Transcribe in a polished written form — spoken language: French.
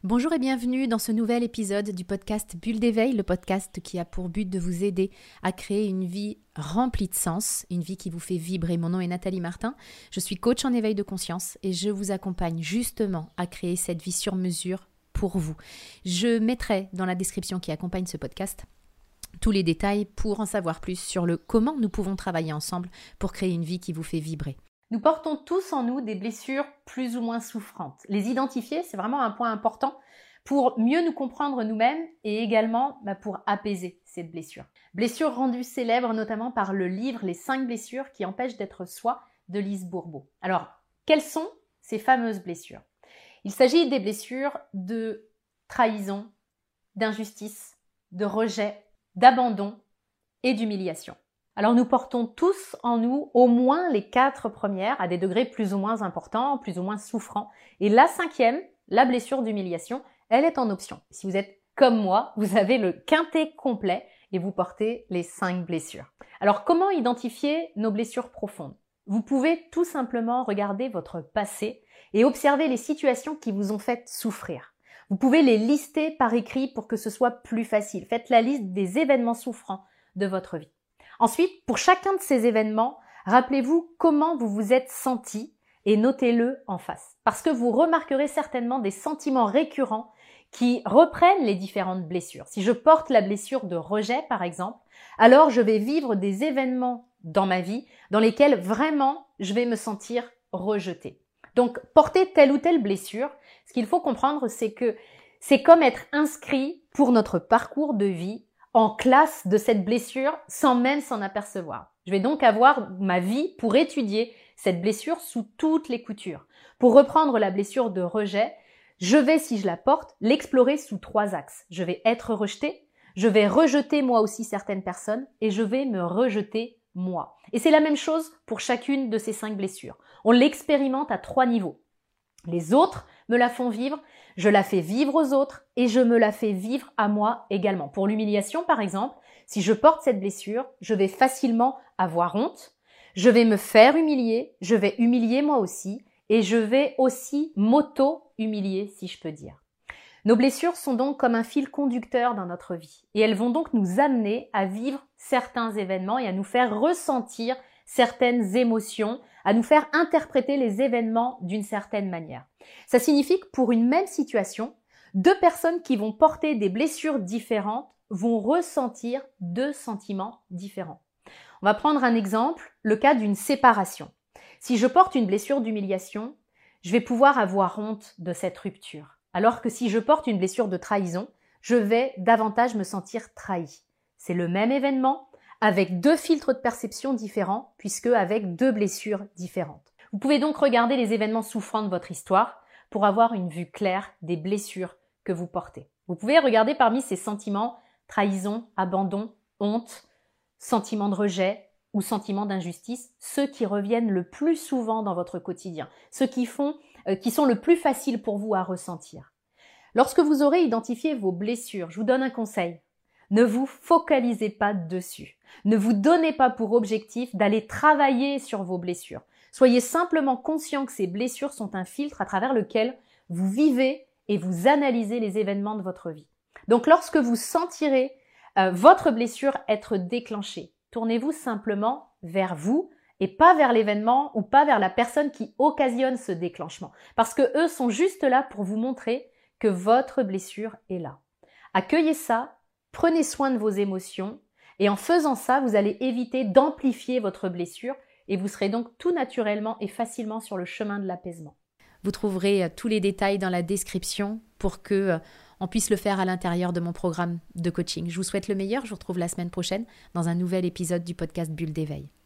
Bonjour et bienvenue dans ce nouvel épisode du podcast Bulle d'éveil, le podcast qui a pour but de vous aider à créer une vie remplie de sens, une vie qui vous fait vibrer. Mon nom est Nathalie Martin, je suis coach en éveil de conscience et je vous accompagne justement à créer cette vie sur mesure pour vous. Je mettrai dans la description qui accompagne ce podcast tous les détails pour en savoir plus sur le comment nous pouvons travailler ensemble pour créer une vie qui vous fait vibrer. Nous portons tous en nous des blessures plus ou moins souffrantes. Les identifier, c'est vraiment un point important pour mieux nous comprendre nous-mêmes et également pour apaiser cette blessure. Blessures rendues célèbres notamment par le livre Les 5 blessures qui empêchent d'être soi de Lise Bourbeau. Alors, quelles sont ces fameuses blessures ? Il s'agit des blessures de trahison, d'injustice, de rejet, d'abandon et d'humiliation. Alors nous portons tous en nous au moins les 4 premières à des degrés plus ou moins importants, plus ou moins souffrants. Et la 5e, la blessure d'humiliation, elle est en option. Si vous êtes comme moi, vous avez le quintet complet et vous portez les 5 blessures. Alors comment identifier nos blessures profondes ? Vous pouvez tout simplement regarder votre passé et observer les situations qui vous ont fait souffrir. Vous pouvez les lister par écrit pour que ce soit plus facile. Faites la liste des événements souffrants de votre vie. Ensuite, pour chacun de ces événements, rappelez-vous comment vous vous êtes senti et notez-le en face. Parce que vous remarquerez certainement des sentiments récurrents qui reprennent les différentes blessures. Si je porte la blessure de rejet, par exemple, alors je vais vivre des événements dans ma vie dans lesquels vraiment je vais me sentir rejetée. Donc, porter telle ou telle blessure, ce qu'il faut comprendre, c'est que c'est comme être inscrit pour notre parcours de vie en classe de cette blessure sans même s'en apercevoir. Je vais donc avoir ma vie pour étudier cette blessure sous toutes les coutures. Pour reprendre la blessure de rejet, je vais, si je la porte, l'explorer sous 3 axes. Je vais être rejetée, je vais rejeter moi aussi certaines personnes et je vais me rejeter moi. Et c'est la même chose pour chacune de ces 5 blessures. On l'expérimente à 3 niveaux. Les autres me la font vivre, je la fais vivre aux autres et je me la fais vivre à moi également. Pour l'humiliation, par exemple, si je porte cette blessure, je vais facilement avoir honte, je vais me faire humilier, je vais humilier moi aussi et je vais aussi m'auto-humilier, si je peux dire. Nos blessures sont donc comme un fil conducteur dans notre vie et elles vont donc nous amener à vivre certains événements et à nous faire ressentir certaines émotions, à nous faire interpréter les événements d'une certaine manière. Ça signifie que pour une même situation, 2 personnes qui vont porter des blessures différentes vont ressentir 2 sentiments différents. On va prendre un exemple, le cas d'une séparation. Si je porte une blessure d'humiliation, je vais pouvoir avoir honte de cette rupture. Alors que si je porte une blessure de trahison, je vais davantage me sentir trahi. C'est le même événement, avec 2 filtres de perception différents, puisque avec 2 blessures différentes. Vous pouvez donc regarder les événements souffrants de votre histoire pour avoir une vue claire des blessures que vous portez. Vous pouvez regarder parmi ces sentiments trahison, abandon, honte, sentiment de rejet ou sentiment d'injustice, ceux qui reviennent le plus souvent dans votre quotidien, ceux qui sont le plus faciles pour vous à ressentir. Lorsque vous aurez identifié vos blessures, je vous donne un conseil. Ne vous focalisez pas dessus. Ne vous donnez pas pour objectif d'aller travailler sur vos blessures. Soyez simplement conscient que ces blessures sont un filtre à travers lequel vous vivez et vous analysez les événements de votre vie. Donc lorsque vous sentirez votre blessure être déclenchée, tournez-vous simplement vers vous et pas vers l'événement ou pas vers la personne qui occasionne ce déclenchement. Parce que eux sont juste là pour vous montrer que votre blessure est là. Accueillez ça. Prenez soin de vos émotions et en faisant ça, vous allez éviter d'amplifier votre blessure et vous serez donc tout naturellement et facilement sur le chemin de l'apaisement. Vous trouverez tous les détails dans la description pour que on puisse le faire à l'intérieur de mon programme de coaching. Je vous souhaite le meilleur, je vous retrouve la semaine prochaine dans un nouvel épisode du podcast Bulle d'éveil.